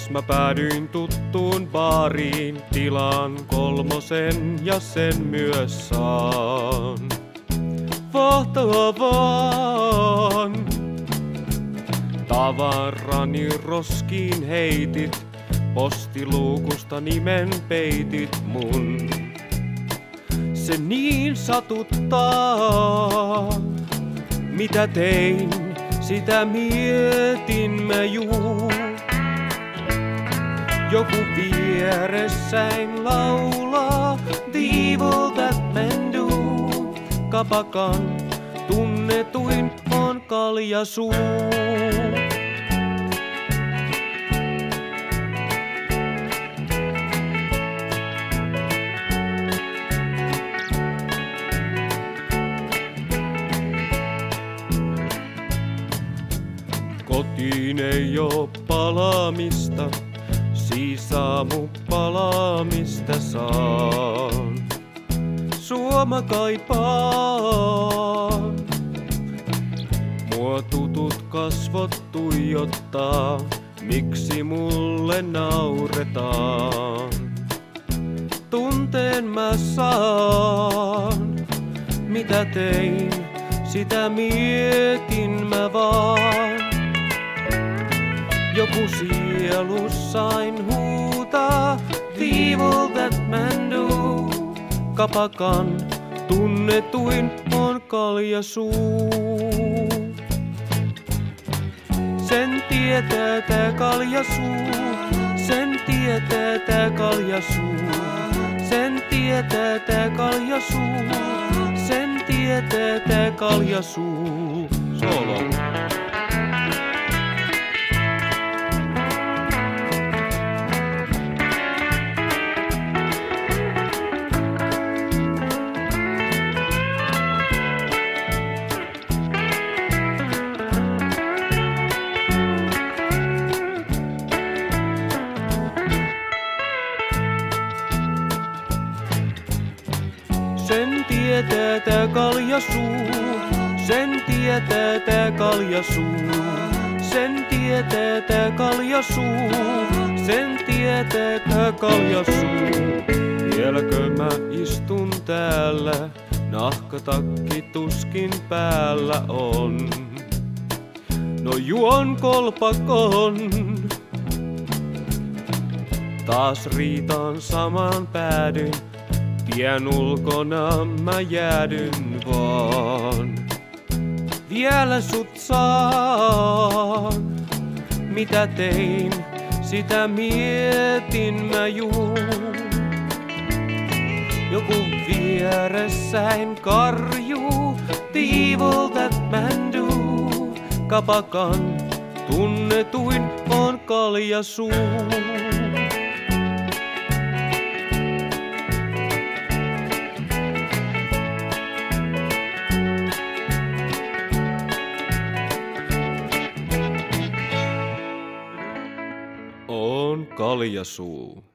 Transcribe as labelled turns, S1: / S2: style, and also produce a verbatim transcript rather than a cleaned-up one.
S1: mä päädyin tuttuun baariin, tilaan kolmosen ja sen myös saan. Vahtoa vaan! Tavarani roskiin heitit, postiluukusta nimen peitit mun. Se niin satuttaa, mitä tein, sitä mietin mä juu. Joku vieressäin laulaa, The evil that men do. Kapakan tunnetuin on kaljasuu. Kotiin ei oo palaamista, siis aamu palaamista saan. Sua mä kaipaan, mua tutut kasvot tuijottaa, miksi mulle nauretaan. Tunteen mä saan, mitä tein, sitä mietin mä vaan. Joku sielussain huutaa, The evil that men do. Kapakan tunnetuin on kaljasuu. Sen tietää tää kaljasuu, sen tietää tää kaljasuu. Sen tietää tää kaljasuu, sen tietää tää kaljasuu. Solo. Sen tietää tää kaljasuu, sen tietää tää kaljasuu. Sen tietää tää kaljasuu, sen tietää tää kaljasuu. Vieläkö mä istun täällä, nahkatakki tuskin päällä on. No juon kolpakon, taas riitaan samaan päädyin. Pian ulkona mä jäädyn vaan. Vielä sut saan, mitä tein, sitä mietin mä juu. Joku vieressäin karjuu, The evil that men do. Kapakan tunnetuin on kaljasuu. On kaljasuu.